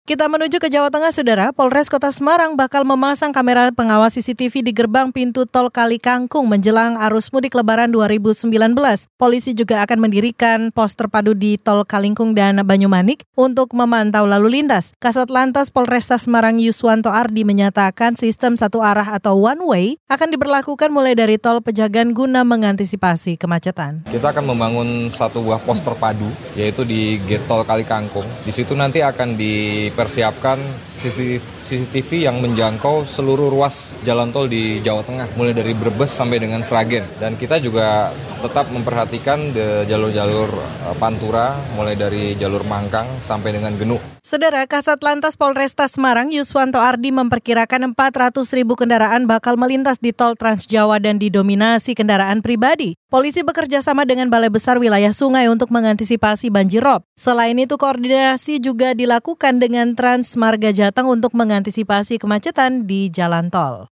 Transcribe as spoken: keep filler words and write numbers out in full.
Kita menuju ke Jawa Tengah, Saudara. Polres Kota Semarang bakal memasang kamera pengawas C C T V di gerbang pintu tol Kali Kangkung menjelang arus mudik Lebaran dua ribu sembilan belas. Polisi juga akan mendirikan pos terpadu di tol Kalingkung dan Banyumanik untuk memantau lalu lintas. Kasat Lantas Polresta Semarang Yuswanto Ardi menyatakan sistem satu arah atau one way akan diberlakukan mulai dari tol Pejagan guna mengantisipasi kemacetan. Kita akan membangun satu buah pos terpadu, yaitu di gate tol Kali Kangkung. Di situ nanti akan dipersiapkan C C T V yang menjangkau seluruh ruas jalan tol di Jawa Tengah, mulai dari Brebes sampai dengan Sragen. Dan kita juga tetap memperhatikan jalur-jalur Pantura, mulai dari jalur Mangkang sampai dengan Genuk. Saudara, Kasat Lantas Polresta Semarang Yuswanto Ardi memperkirakan empat ratus ribu kendaraan bakal melintas di tol Trans Jawa dan didominasi kendaraan pribadi. Polisi bekerja sama dengan Balai Besar Wilayah Sungai untuk mengantisipasi banjirop. Selain itu, koordinasi juga dilakukan dengan Trans Marga Jateng untuk mengantisipasi kemacetan di jalan tol.